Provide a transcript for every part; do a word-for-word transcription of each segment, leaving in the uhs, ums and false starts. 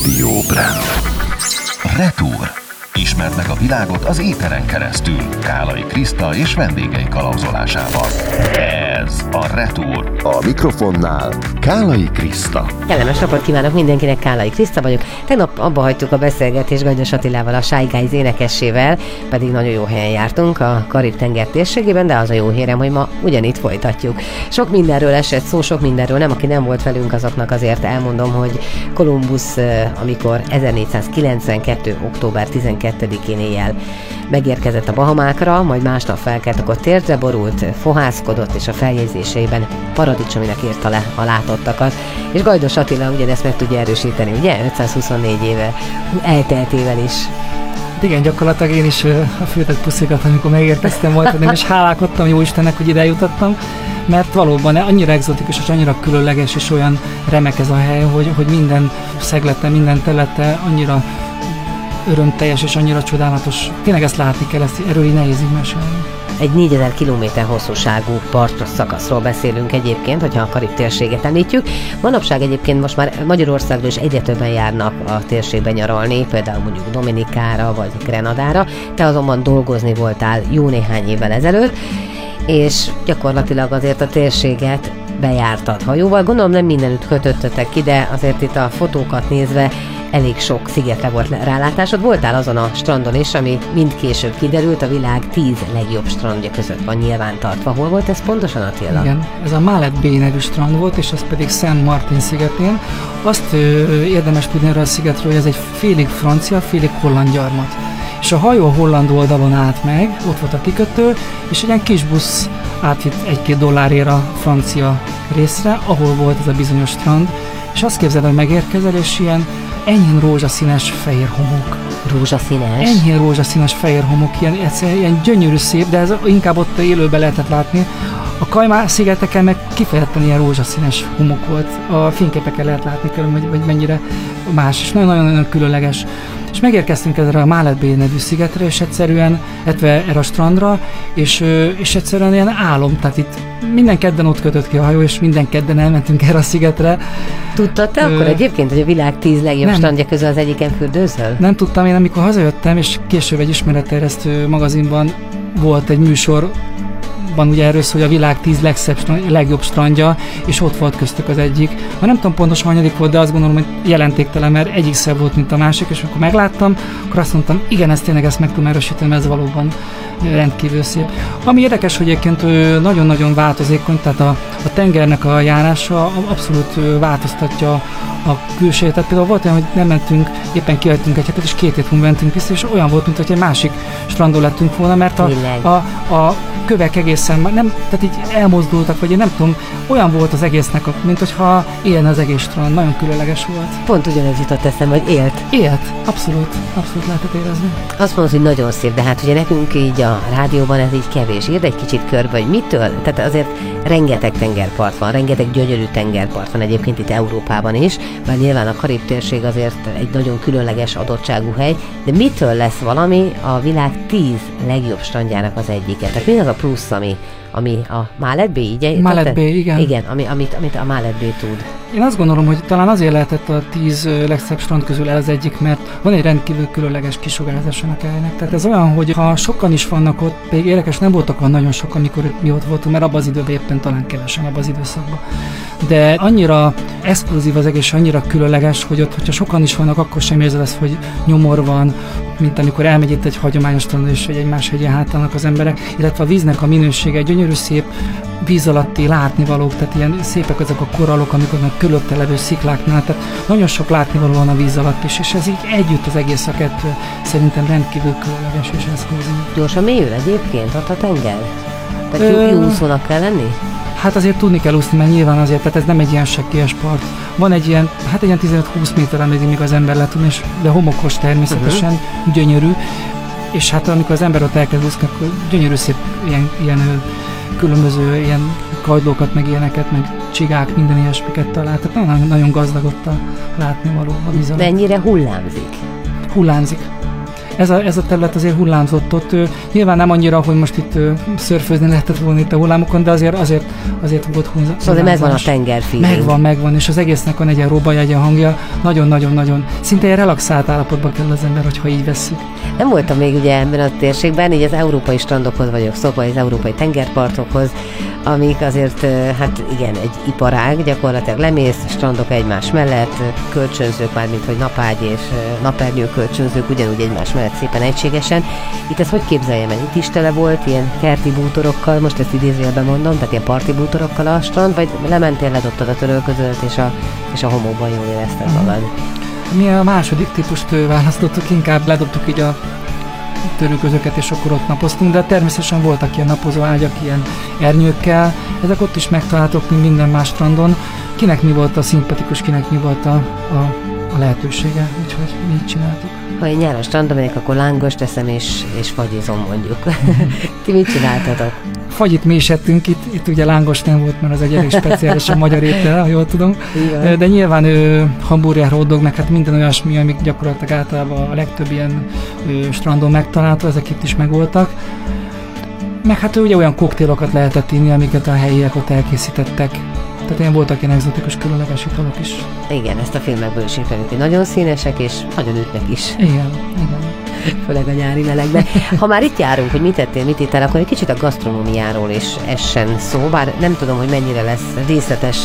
Radio Brand. Retour. Ismerd meg a világot az éteren keresztül Kálai Kriszta és vendégei kalauzolásával. Ez a Retour. A mikrofonnál Kálai Kriszta. Kellemes napot kívánok mindenkinek, Kálai Kriszta vagyok. Tegnap abba hagytuk a beszélgetést Gajdos Attilával, a Shy Guys énekessével, pedig nagyon jó helyen jártunk a Karib-tenger térségében, de az a jó hírem, hogy ma ugyanitt folytatjuk. Sok mindenről esett szó, sok mindenről nem, aki nem volt velünk, azoknak azért elmondom, hogy Kolumbusz, amikor ezernégyszázkilencvenkettő. október tizenkettedikén éjjel megérkezett a Bahamákra, majd másnap felkelt, akkor térdre borult, fohászkodott, és a feljegyzéseiben paradicsominak írta le a látottakat. És Gajdos Attila ugyanezt meg tudja erősíteni, ugye? ötszázhuszonnégy éve elteltével is. Igen, gyakorlatilag én is a fültett puszikat, amikor megérkeztem volt, én is hálálkodtam jó Istennek, hogy ide jutottam, mert valóban annyira egzotikus és annyira különleges és olyan remek ez a hely, hogy, hogy minden szeglete, minden területe annyira örömteljes és annyira csodálatos. Tényleg ezt látni kell, ezt erről így nehéz így mesélni. Egy négyezer kilométer hosszúságú partos szakaszról beszélünk egyébként, hogyha a Karib térséget említjük. Manapság egyébként most már Magyarországról is egyre többen járnak a térségben nyaralni, például mondjuk Dominikára vagy Grenadára. Te azonban dolgozni voltál jó néhány évvel ezelőtt, és gyakorlatilag azért a térséget bejártad hajóval. Gondolom nem mindenütt kötöttetek ki, de azért itt a fotókat nézve elég sok szigetre volt rálátásod. Voltál azon a strandon is, ami mind később kiderült, a világ tíz legjobb strandja között van nyilvántartva. Hol volt ez pontosan, Attila? Igen, ez a Mallet Bay nevű strand volt, és ez pedig Saint Martin szigetén. Azt ö, érdemes tudni erről a szigetről, hogy ez egy félig francia, félig holland gyarmat. És a hajó a holland oldalon állt meg, ott volt a kikötő, és egy ilyen kis busz átvitt egy-két dollárért a francia részre, ahol volt ez a bizonyos strand, és azt képzeld, hogy megérkezel, és ilyen enyhén rózsaszínes fehér homok. Rózsaszínes? Enyhén rózsaszínes fehér homok, ilyen, ilyen gyönyörű szép, de ez inkább ott élőben lehetett látni. A Kajmán-szigeteken meg kifejezetten ilyen rózsaszínes homok volt. A fényképeken lehet látni kell, hogy, hogy mennyire más, és nagyon-nagyon különleges. És megérkeztünk erre a Mallet Bay nevű szigetre, és egyszerűen, illetve erre a strandra, és, és egyszerűen ilyen álom, tehát itt minden kedden ott kötött ki a hajó, és minden kedden elmentünk erre a szigetre. Tudtad te Ö... akkor egyébként, hogy a világ tíz legjobb nem. strandja közül az egyiken fürdőzöl? Nem tudtam, én amikor hazajöttem, és később egy ismeretterjesztő magazinban volt egy műsor, van ugye erről szó, hogy a világ tíz legszebb, legjobb strandja, és ott volt köztük az egyik. Ma nem tudom pontosan hanyadik volt, de azt gondolom, hogy jelentéktelen, mert egyik szebb volt, mint a másik, és amikor megláttam, akkor azt mondtam, igen, ezt tényleg ezt meg tudom erősíteni, mert ez valóban rendkívül szép. Ami érdekes, hogy egyébként nagyon-nagyon változékony, tehát a, a tengernek a járása abszolút változtatja a külsejét. Tehát például volt olyan, hogy nem mentünk, éppen kihagytunk egy hetet, és két hét múlva mentünk vissza, és olyan volt, mint hogy egy másik strandon lettünk volna, mert a, a, a kövek egészen, nem, tehát így elmozdultak, vagy én nem tudom, olyan volt az egésznek, mint hogyha élne az egész strand, nagyon különleges volt. Pont ugyanez jutott eszembe, hogy élt. Élt, abszolút, abszolút lehetett érezni. Azt mondod, hogy nagyon szép, de hát ugye nekünk így a rádióban ez így kevés. Írd egy kicsit körbe, hogy mitől? Tehát azért rengeteg tengerpart van, rengeteg gyönyörű tengerpart van egyébként itt Európában is, bár nyilván a Karib térség azért egy nagyon különleges adottságú hely, de mitől lesz valami a világ tíz legjobb strandjának az egyike? Tehát mi az a plusz, ami, ami a Mallet Bay, így? Mallet Bay, igen. Igen, ami, amit, amit a Mallet Bay tud. Én azt gondolom, hogy talán azért lehetett a tíz legszebb strand közül el az egyik, mert van egy rendkívül különleges kisugárzás ennek helynek. Tehát ez olyan, hogy ha sokan is vannak ott, még érdekes, nem voltak olyan nagyon sokan, amikor mi ott voltunk, mert abban az időben éppen talán kevesen abban az időszakban. De annyira exkluzív az egész, annyira különleges, hogy ott, hogyha sokan is vannak, akkor sem érzed ezt, hogy nyomor van, mint amikor elmegy itt egy hagyományos strandon, és egy egymás hegyén hátálnak az emberek, illetve a víznek a minősége, egy gyönyörű szép víz alatti látnivalók, tehát ilyen szépek ezek a korallok, amikor meg körülötte levő szikláknál, tehát nagyon sok látnivaló van a víz alatt is, és ez így együtt az egész a kettő szerintem rendkívül különleges és exkluzív. Gyorsan mélyül egyébként ott a tenger? Tehát Ö... jó úszónak kell lenni? Hát azért tudni kell úszni, mert nyilván azért, tehát ez nem egy ilyen sekélyes part. Van egy ilyen, hát egy ilyen tizenöt-húsz méter, ameddig még az ember le tud, de homokos természetesen, uh-huh. gyönyörű, és hát amikor az ember ott elkezd úszni, akkor gyönyörű szép ilyen, ilyen különböző ilyen kagylókat, meg ilyeneket, meg csigák, minden ilyesmiket talál. Tehát nagyon, nagyon gazdag ott a látnivaló a víz alatt. Mennyire hullámzik? Hullámzik. ez a, ez a terület azért hullámzott ott. Ö, nyilván nem annyira, hogy most itt ö, szörfőzni lehetett volna itt a hullámokon, de azért, azért, azért volt hullámzás. Szóval megvan a tenger feeling. Megvan, megvan, és az egésznek van egy ilyen robaj, egy hangja, nagyon-nagyon-nagyon, szinte egy relaxált állapotban kell az ember, hogyha így vesszük. Nem voltam még ugye ebben a térségben, így az európai strandokhoz vagyok szokva, az európai tengerpartokhoz, amik azért, hát igen, egy iparág, gyakorlatilag lemész, strandok egymás mellett, kölcsönzők, mármint hogy napágy és napernyő kölcsönzők ugyanúgy egymás mellett szépen egységesen. Itt ezt hogy képzeljem el? Itt is tele volt ilyen kerti bútorokkal, most ezt idézőjelben mondom, tehát ilyen parti bútorokkal a strand, vagy lementél, ledobtad a törölközőt, és a, és a homokban jól érezted magad? Mi a második típust választottuk, inkább ledobtuk így a törőközöket, és akkor ott napoztunk, de természetesen voltak ilyen napozó ágyak, ilyen ernyőkkel, ezek ott is megtaláltok, mint minden más strandon. Kinek mi volt a szimpatikus, kinek mi volt a, a, a lehetősége, úgyhogy mi így csináltuk. Ha én nyáron strandon megyek, akkor lángos teszem és, és fagyizom mondjuk. Ti mit csináltatok? Fagyit mi is ettünk, itt, itt ugye lángos nem volt, mert az egy elég speciális a magyar étel, ha jól tudom. Igen. De nyilván ő, hamburger, hot dog, meg hát minden olyasmi, amik gyakorlatilag általában a legtöbb ilyen ő, strandon megtalálható, ezek itt is megvoltak. Meg hát ugye olyan koktélokat lehetett inni, amiket a helyiek ott elkészítettek. Tehát ilyen voltak ilyen egzotikus, különleges italok is. Igen, ezt a filmekből is ismerjük, hogy nagyon színesek és nagyon ütnek is. Igen, igen. Főleg a nyári melegben. Ha már itt járunk, hogy mit ettél, mit ittél, akkor egy kicsit a gasztronómiáról is essen szó, bár nem tudom, hogy mennyire lesz részletes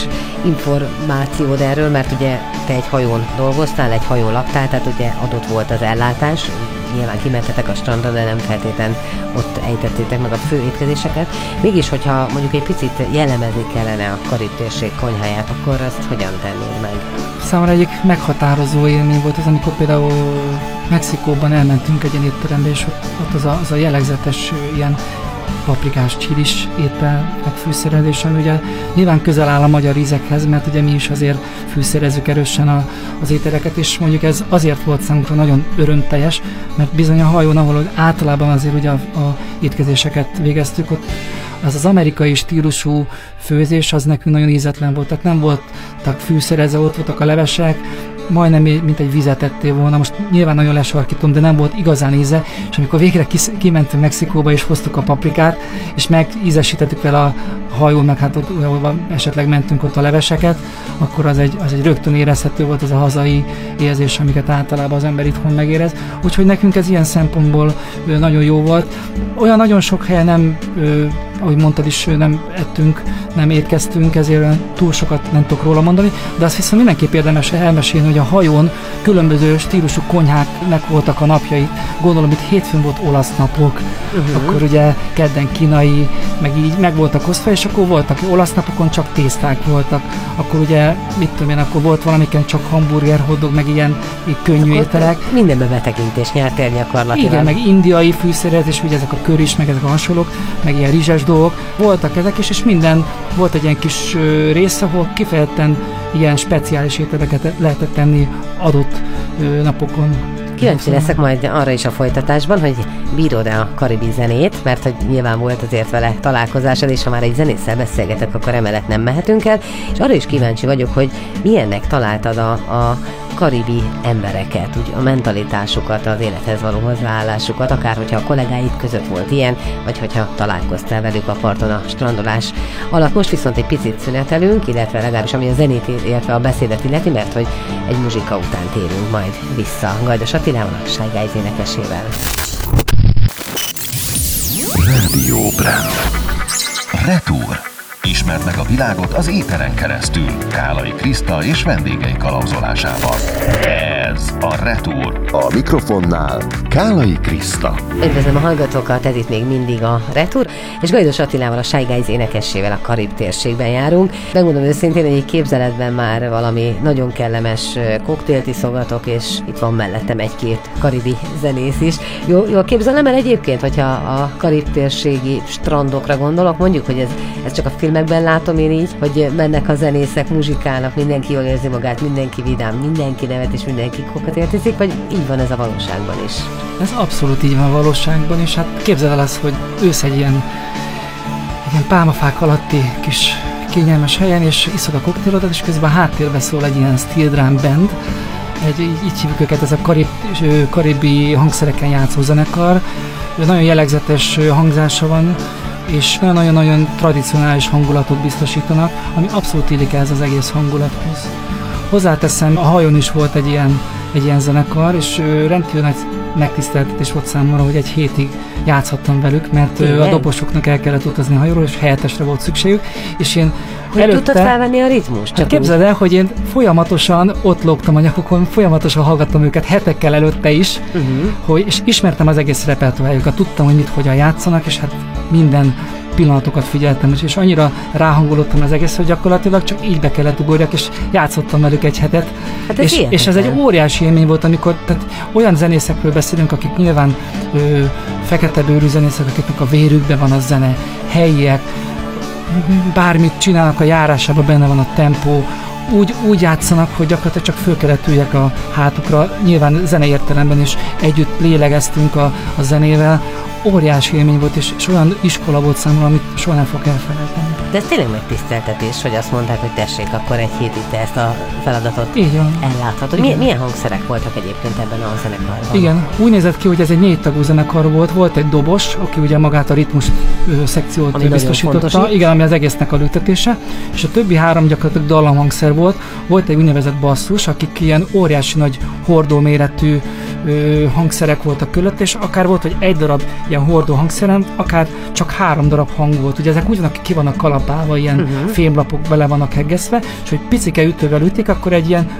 információd erről, mert ugye te egy hajón dolgoztál, egy hajón laktál, tehát ugye adott volt az ellátás, nyilván kimentetek a strandra, de nem feltétlen ott ejtettétek meg a fő étkezéseket. Mégis, hogyha mondjuk egy picit jellemezni kellene a Karib-térség konyháját, akkor azt hogyan tennéd meg? Számomra egyik meghatározó élmény volt az, amikor például Mexikóban elmentünk egy ilyen étterembe, és ott, ott az, a, az a jellegzetes ilyen paprikás csilis étel, meg fűszerezés, ami ugye nyilván közel áll a magyar ízekhez, mert ugye mi is azért fűszerezzük erősen a, az ételeket, és mondjuk ez azért volt számunkra nagyon örömteljes, mert bizony a hajón, ahol általában azért ugye a, a étkezéseket végeztük, ott az az amerikai stílusú főzés, az nekünk nagyon ízetlen volt, tehát nem voltak fűszerezve, ott voltak a levesek, majdnem mint egy vizet ettél volna, most nyilván nagyon lesarkítom, de nem volt igazán íze, és amikor végre kis, kimentünk Mexikóba, és hoztuk a paprikát, és megízesítettük vele a hajón, meg hát ott, ahol esetleg mentünk ott a leveseket, akkor az egy, az egy rögtön érezhető volt az a hazai érzés, amiket általában az ember itthon megérez. Úgyhogy nekünk ez ilyen szempontból nagyon jó volt. Olyan nagyon sok helyen nem, ahogy mondtad is, nem ettünk, nem étkeztünk, ezért túl sokat nem tudok róla mondani, de azt viszont mindenképp érdemes elmesélni, hogy a hajón különböző stílusú konyháknak voltak a napjai. Gondolom, itt hétfőn volt olasz napok, uh-huh. akkor ugye kedden kínai, meg így meg voltak osztva, és akkor voltak olasz napokon csak tészták voltak, akkor ugye, mit tudom én, akkor volt valamiken csak hamburger, hot dog, meg ilyen könnyű akkor ételek. Mindenbe betekintést nyertél gyakorlatilag. Igen, meg indiai fűszerezés, ugye ezek a kör is, meg ezek a hasonlók, meg ilyen rizses dolgok, voltak ezek is, és minden volt egy ilyen kis rész, ahol kifejezetten ilyen speciális ételeket lehetett tenni adott napokon. Kíváncsi leszek majd arra is a folytatásban, hogy bírod-e a karibi zenét, mert hogy nyilván volt azért vele találkozásod, és ha már egy zenésszel beszélgetek, akkor emellett nem mehetünk el, és arra is kíváncsi vagyok, hogy milyennek találtad a, a karibi embereket, úgy a mentalitásukat, az élethez való hozzáállásukat, akár hogyha a kollégáid között volt ilyen, vagy hogyha találkoztál velük a parton a strandolás alatt. Most viszont egy picit szünetelünk, illetve legalábbis ami a zenét, illetve a beszédet illeti, mert hogy egy muzsika után térünk majd vissza Gajdos Attilával, a Shy Guys énekesével. Radio Brand. Retour. Ismerd meg a világot az éteren keresztül, Kálai Kriszta és vendégei kalauzolásával. Ez a Retour. A mikrofonnál Kálai Kriszta. Üdvözlöm a hallgatókat, ez itt még mindig a Retour, és Gajdos Attilával, a Shy Guys énekessével a Karib térségben járunk. Megmondom őszintén, hogy egy képzeletben már valami nagyon kellemes koktélt iszogatok, és itt van mellettem egy-két karibi zenész is. Jó, jól képzelem el egyébként, hogyha a Karib térségi strandokra gondolok, mondjuk, hogy ez, ez csak a filmekben látom én így, hogy mennek a zenészek, muzsikálnak, mindenki jól érzi magát, mindenki vidám, mindenki nevet, és mindenki kokat értezik, vagy így van ez a valóságban is? Ez abszolút így van a valóságban, és hát képzeld el azt, hogy ősz egy ilyen, egy ilyen pálmafák alatti kis kényelmes helyen, és iszod a koktélodat, és közben a háttérbe szól egy ilyen steel drum band, egy, így hívjuk őket, ez a karib, karibi hangszereken játszó zenekar. Nagyon jellegzetes hangzása van, és nagyon-nagyon tradicionális hangulatot biztosítanak, ami abszolút illik ez az egész hangulathoz. Hozzáteszem, a hajón is volt egy ilyen, egy ilyen zenekar, és rendkívül nagy megtiszteltetés volt számomra, hogy egy hétig játszhattam velük, mert Tényleg? a dobosoknak el kellett utazni a hajóról, és helyettesre volt szükségük, és én Hogy előtte... tudtad felvenni a ritmust? Hát képzeld el, hogy én folyamatosan ott lógtam a nyakukon, folyamatosan hallgattam őket hetekkel előtte is, uh-huh. hogy, és ismertem az egész repertoárjukat, tudtam, hogy mit, hogyan játszanak, és hát minden pillanatokat figyeltem, és annyira ráhangolódtam az egész, hogy gyakorlatilag csak így be kellett ugorjak, és játszottam velük egy hetet. Hát ez és, és ez egy óriási élmény volt, amikor tehát olyan zenészekről beszélünk, akik nyilván ö, fekete bőrű zenészek, akiknek a vérükben van a zene, helyiek, bármit csinálnak a járásában, benne van a tempó, úgy, úgy játszanak, hogy gyakorlatilag csak föl kellett üljek a hátukra, nyilván zenei értelemben is együtt lélegeztünk a, a zenével. Óriási élmény volt, és, és olyan iskola volt számomra, amit soha nem fogok elfelejteni. De ez tényleg megtiszteltetés, hogy azt mondták, hogy tessék, akkor egy hétig te ezt a feladatot elláthatod. Milyen, milyen hangszerek voltak egyébként ebben a zenekarban? Igen, úgy nézett ki, hogy ez egy négy tagú zenekar volt, volt egy dobos, aki ugye magát a ritmus ö, szekciót ami biztosította, igen, ami az egésznek a lüktetése, és a többi három gyakorlatilag dallamhangszer volt, volt egy úgynevezett basszus, akik ilyen óriási nagy hordó méretű ö, hangszerek voltak körülött, és akár volt, hogy egy darab ilyen hordó hangszeren, akár csak három darab hang volt. Ugye ezek ugyanak ki vannak kalapálva, ilyen uh-huh. fémlapok bele vannak heggeszve, és hogy picike ütővel ütik, akkor egy ilyen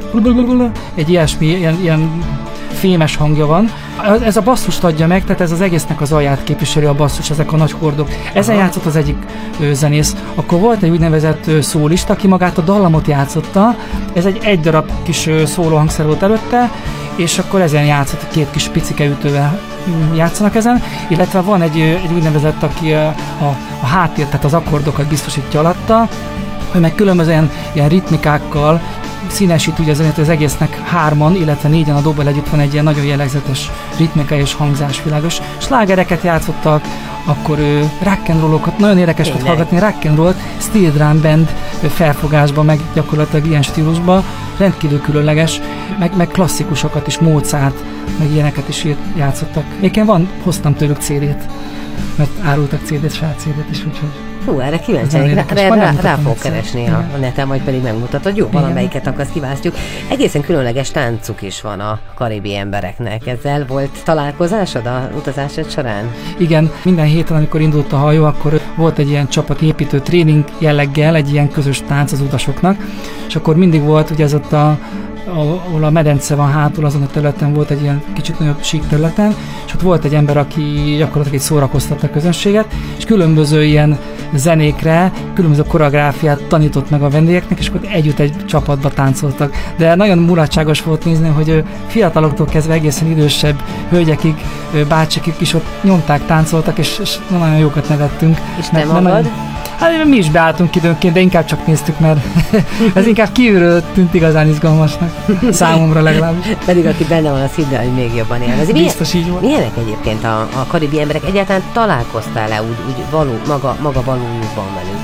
egy ilyesmi, ilyen, ilyen fémes hangja van. Ez a basszust adja meg, tehát ez az egésznek az alját képviseli a basszus, ezek a nagy hordók. Ezen Aha. játszott az egyik ö, zenész. Akkor volt egy úgynevezett ö, szólista, aki magát a dallamot játszotta. Ez egy egy darab kis ö, szólóhangszer volt előtte, és akkor ezen játszott, két kis picike ütővel játszanak ezen, illetve van egy, egy úgynevezett, aki a, a, a háttér, tehát az akkordokat biztosítja alatta, hogy meg különböző ilyen, ilyen ritmikákkal színesít ugye zenét, az egésznek hárman, illetve négyen a dobbal együtt van egy ilyen nagyon jellegzetes ritmika és hangzás világos. Slágereket játszottak, akkor rock and rollokat, nagyon érdekes volt hallgatni, rock and roll, steel drum band felfogásban, meg gyakorlatilag ilyen stílusban, rendkívül különleges, meg, meg klasszikusokat is, Mozart, meg ilyeneket is játszottak. Egyébként van, hoztam tőlük cé dét, mert árultak cé dét, saját cé dét is, úgyhogy... Hú, erre kíváncsi, rá, rá, rá, rá fogok keresni a, a neten, majd pedig megmutatod. Jó, valamelyiket akkor azt kiválasztjuk. Egészen különleges táncuk is van a karibi embereknek. Ezzel volt találkozásod a utazásod során? Igen, minden héten, amikor indult a hajó, akkor volt egy ilyen csapatépítő tréning jelleggel, egy ilyen közös tánc az utasoknak, és akkor mindig volt, ugye ez ott a ahol a medence van hátul, azon a területen volt egy ilyen kicsit nagyobb sík területen, és ott volt egy ember, aki gyakorlatilag egy szórakoztatta a közönséget, és különböző ilyen zenékre, különböző koreográfiát tanított meg a vendégeknek, és akkor együtt egy csapatba táncoltak. De nagyon mulatságos volt nézni, hogy fiataloktól kezdve egészen idősebb hölgyekig, bácsikig is ott nyomták, táncoltak, és, és nagyon jókat nevettünk. És te magad? Nagyon... Hát mi is beálltunk időnként, de inkább csak néztük, mert ez inkább kívülről tűnt igazán izgalmasnak. Számomra legalábbis. Pedig aki benne van, az hidd el, hogy még jobban élvezi. Biztos így volt. Milyenek egyébként a, a karibi emberek? Egyáltalán találkoztál-e úgy, úgy való, maga, maga valójukban velük?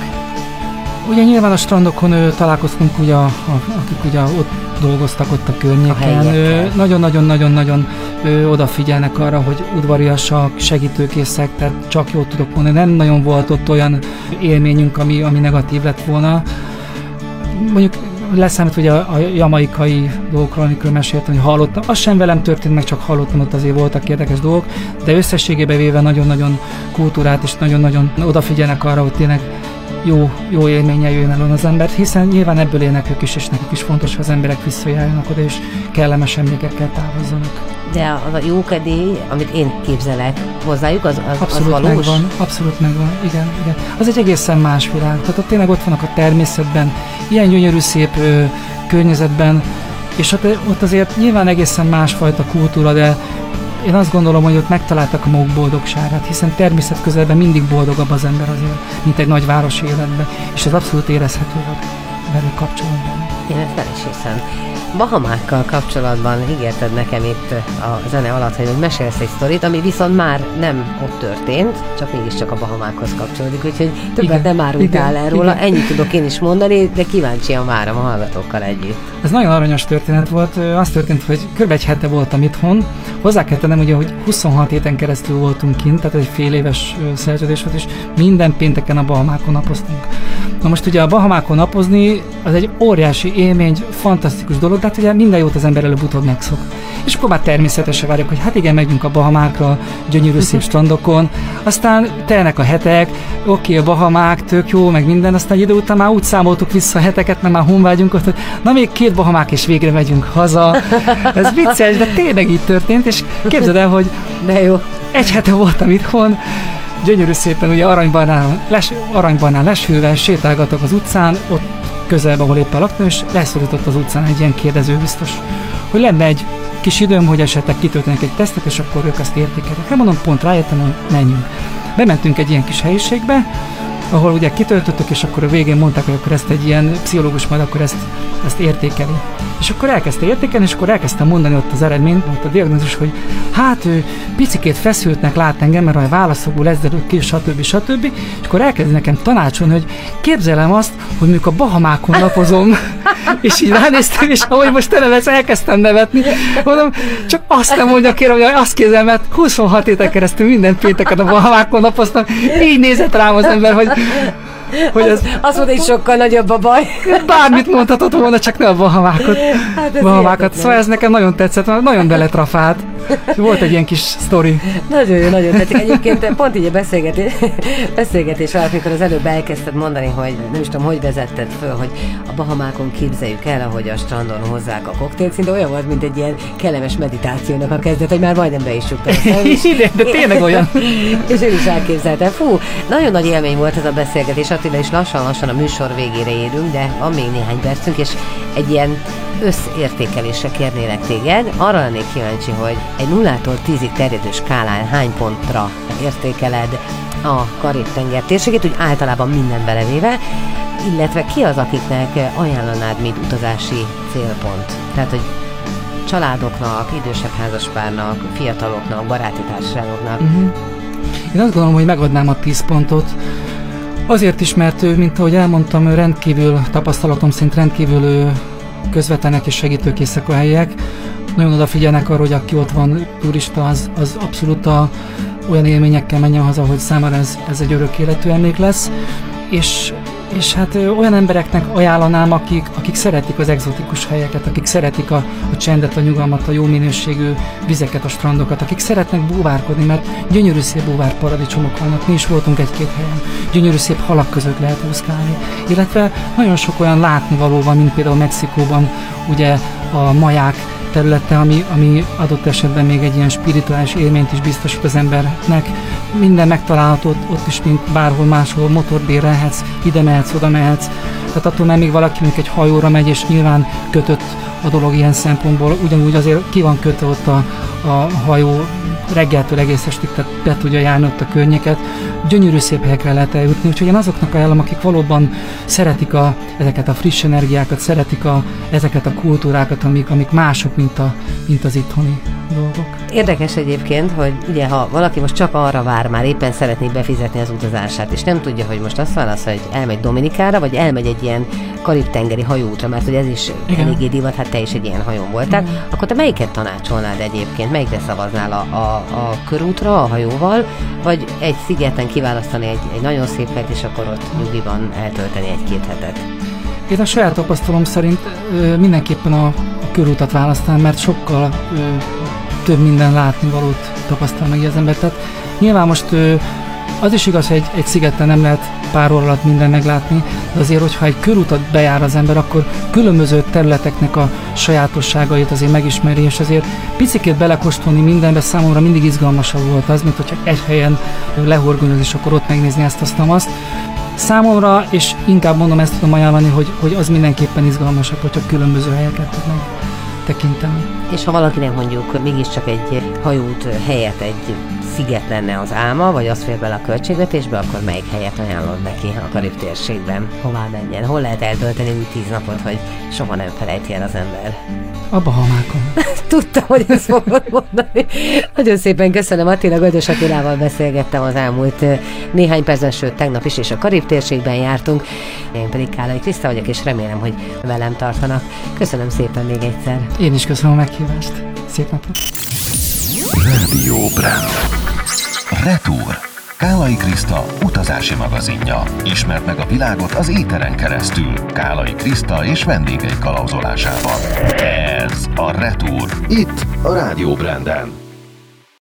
Ugye nyilván a strandokon ö, találkoztunk, ugye, a, a, akik ugye ott dolgoztak ott a környéken. Nagyon-nagyon-nagyon-nagyon odafigyelnek arra, hogy udvariasak, segítőkészek, tehát csak jót tudok mondani. Nem nagyon volt ott olyan élményünk, ami, ami negatív lett volna. Mondjuk leszámít ugye a, a jamaikai dolgokról, amikor meséltem, hogy hallottam. Az sem velem történt, meg csak hallottam, ott azért voltak érdekes dolgok, de összességében véve nagyon-nagyon kultúrát és nagyon-nagyon odafigyelnek arra, hogy tényleg jó, jó élménnyel jön el az embert, hiszen nyilván ebből élnek ők is, és nekik is fontos, hogy az emberek visszajárjanak oda, és kellemes emlékekkel távozzanak. De az a jókedély, amit én képzelek hozzájuk, az, az, abszolút az valós? Megvan, abszolút megvan, igen, igen. Az egy egészen más világ. Tehát ott tényleg ott vannak a természetben, ilyen gyönyörű, szép ö, környezetben, és ott, ott azért nyilván egészen másfajta kultúra, de én azt gondolom, hogy ott megtaláltak a maguk boldogságát, hiszen természet közelben mindig boldogabb az ember azért, mint egy nagyvárosi életben, és ez abszolút érezhető volt velük kapcsolatban. Én ezt fel is hiszem. Bahamákkal kapcsolatban ígérted nekem itt a zene alatt, hogy mesélsz egy sztorit, ami viszont már nem ott történt, csak mégiscsak a Bahamákhoz kapcsolódik, úgyhogy többet nem árultál el róla, ennyit tudok én is mondani, de kíváncsian várom a hallgatókkal együtt. Ez nagyon aranyos történet volt. Az történt, hogy kb. Egy hete voltam itthon. Hozzá kell tennem, ugye, hogy huszonhat héten keresztül voltunk kint, tehát egy fél éves szerződés volt, és minden pénteken a Bahamákon napoztunk. Na most ugye a Bahamákon napozni az egy óriási élmény, fantasztikus dolog, de hát ugye minden jót az ember előbb-utóbb megszok. És akkor már természetesen várjuk, hogy hát igen, megyünk a Bahamákra, gyönyörű szép strandokon, aztán telnek a hetek, oké, a Bahamák, tök jó, meg minden, aztán idő után már úgy számoltuk vissza a heteket, mert már honvágyunk ott, hogy na még két Bahamák és végre megyünk haza. Ez vicces, de tényleg így történt, és képzeld el, hogy de jó. Egy hete voltam itthon, gyönyörű szépen, ugye aranybarnál, les, aranybarnál lesülve, sétálgatok az utcán, ott közelben, ahol éppen laktam, és leszorított az utcán egy ilyen kérdező biztos, hogy lenne egy kis időm, hogy esetleg kitöltenek egy tesztet, és akkor ők azt értékelik. Hát mondom, pont rájöttem, hogy menjünk. Bementünk egy ilyen kis helyiségbe, ahol ugye kitöltöttük, és akkor a végén mondták, hogy akkor ezt egy ilyen pszichológus majd akkor ezt, ezt értékeli. És akkor elkezdte értékelni, és akkor elkezdtem mondani ott az eredményt, ott a diagnózis, hogy hát ő picikét feszültnek lát engem, mert a válaszokból lezderült ki, stb. stb. És akkor elkezd nekem tanácsolni, hogy képzelem azt, hogy mondjuk a Bahamákon napozom, és így ránéztem, és ahogy most tele lesz, elkezdtem nevetni. Mondom, csak azt nem mondja, kérem, hogy azt kézzel, mert huszonhat héten keresztül minden pénteken a Bahamákon napoztam. Így nézett rám az ember, hogy hogy az, azt mondta, hogy sokkal nagyobb a baj. Bármit mondhatott volna, csak ne a Bahamákot. Hát Bahamákat. Szóval ez nekem nagyon tetszett, mert nagyon beletrafált. Volt egy ilyen kis sztori. Nagyon jó, nagyon tetszik. Egyébként pont így a beszélgetés, beszélgetés alatt, mikor az előbb elkezdted mondani, hogy nem is tudom, hogy vezetted föl, hogy a Bahamákon képzeljük el, ahogy a strandon hozzák a koktélt, szinte olyan volt, mint egy ilyen kellemes meditációnak a kezdet, hogy már majdnem be is csuktam. Igen, de tényleg olyan. És én is elképzeltem. Fú, nagyon nagy élmény volt ez a beszélgetés, Attila, és lassan-lassan a műsor végére érünk, de van még néhány percünk, és egy ilyen összértékelésre kérnélek téged. Arra lennék kíváncsi, hogy egy nullától tízig terjedő skálán hány pontra értékeled a Karib-tenger térségét, úgy általában minden belevéve, illetve ki az, akiknek ajánlanád, mint utazási célpont? Tehát, hogy családoknak, idősebb házaspárnak, fiataloknak, baráti társaságoknak. Uh-huh. Én azt gondolom, hogy megadnám a tíz pontot. Azért is, mert ő, mint ahogy elmondtam, ő rendkívül, tapasztalatom szerint rendkívül közvetlenek és segítőkészek a helyiek. Nagyon odafigyelnek arra, hogy aki ott van turista, az, az abszolút a, olyan élményekkel menjen haza, hogy számára ez, ez egy örök életű emlék lesz. És, és hát ö, olyan embereknek ajánlanám, akik, akik szeretik az egzotikus helyeket, akik szeretik a, a csendet, a nyugalmat, a jó minőségű vizeket, a strandokat, akik szeretnek búvárkodni, mert gyönyörű szép búvárparadicsomok vannak, mi is voltunk egy-két helyen, gyönyörű szép halak között lehet úszkálni, illetve nagyon sok olyan látnivaló van, mint például Mexikóban ugye a maják területe, ami, ami adott esetben még egy ilyen spirituális élményt is biztosít az embernek. Minden megtalálható ott, ott is, mint bárhol máshol, motorbérelhetsz, ide mehetsz, oda mehetsz. Tehát attól, mert még valaki mondjuk egy hajóra megy, és nyilván kötött a dolog ilyen szempontból, ugyanúgy azért ki van kötve ott a, a hajó reggeltől egész estig, tehát be tudja járni ott a környéket. Gyönyörű szép helyekre lehet eljutni, úgyhogy én azoknak ajánlom, akik valóban szeretik a, ezeket a friss energiákat, szeretik a, ezeket a kultúrákat, amik, amik mások, mint, a, mint az itthoni dolgok. Érdekes egyébként, hogy ugye ha valaki most csak arra vár, már éppen szeretné befizetni az utazását, és nem tudja, hogy most azt válaszol, hogy elmegy Dominikára, vagy elmegy egy ilyen karib-tengeri hajóútra, mert hogy ez is igen, eléggé divat, hát te is egy ilyen hajón voltál, igen, akkor te melyiket tanácsolnád egyébként? Melyikre szavaznál a, a, a körútra, a hajóval, vagy egy szigeten kiválasztani egy, egy nagyon szép helyet, és akkor ott nyugiban eltölteni egy-két hetet? Én a saját tapasztalom szerint ö, mindenképpen a, a körútat választanám, mert sokkal ö, több minden látnivalót tapasztal meg az ember. Tehát nyilván most ö, az is igaz, hogy egy, egy szigeten nem lehet pár óra alatt minden meglátni, de azért, hogyha egy körútat bejár az ember, akkor különböző területeknek a sajátosságait azért megismeri, és azért picikét belekóstolni mindenbe számomra mindig izgalmasabb volt az, mint hogyha egy helyen lehorgonyozni, és akkor ott megnézni ezt, azt, azt. Számomra, és inkább mondom, ezt tudom ajánlani, hogy, hogy az mindenképpen izgalmasabb, hogyha különböző helyeket tud megtekinteni. És ha valakinek mondjuk mégiscsak egy hajóút helyett egy sziget lenne az álma, vagy az fér bele a költségvetésbe, akkor melyik helyet ajánlod neki a Karib térségben? Hová menjen? Hol lehet eltölteni úgy tíz napot, hogy soha nem felejti el az ember? A Bahamákon. Tudtam, hogy ezt fogod mondani. Nagyon szépen köszönöm, Attila. Gajdos Attilával beszélgettem az elmúlt néhány percben, sőt tegnap is, és a Karib térségben jártunk. Én pedig Kálai Kriszta vagyok, és remélem, hogy velem tartanak. Köszönöm szépen még egyszer. Én is köszönöm a meghívást. Szép napot. Rádió Brand. Retour. Kálai Kriszta utazási magazinja. Ismerd meg a világot az éteren keresztül. Kálai Kriszta és vendégei kalauzolásában. Ez a Retour. Itt a Rádió Branden.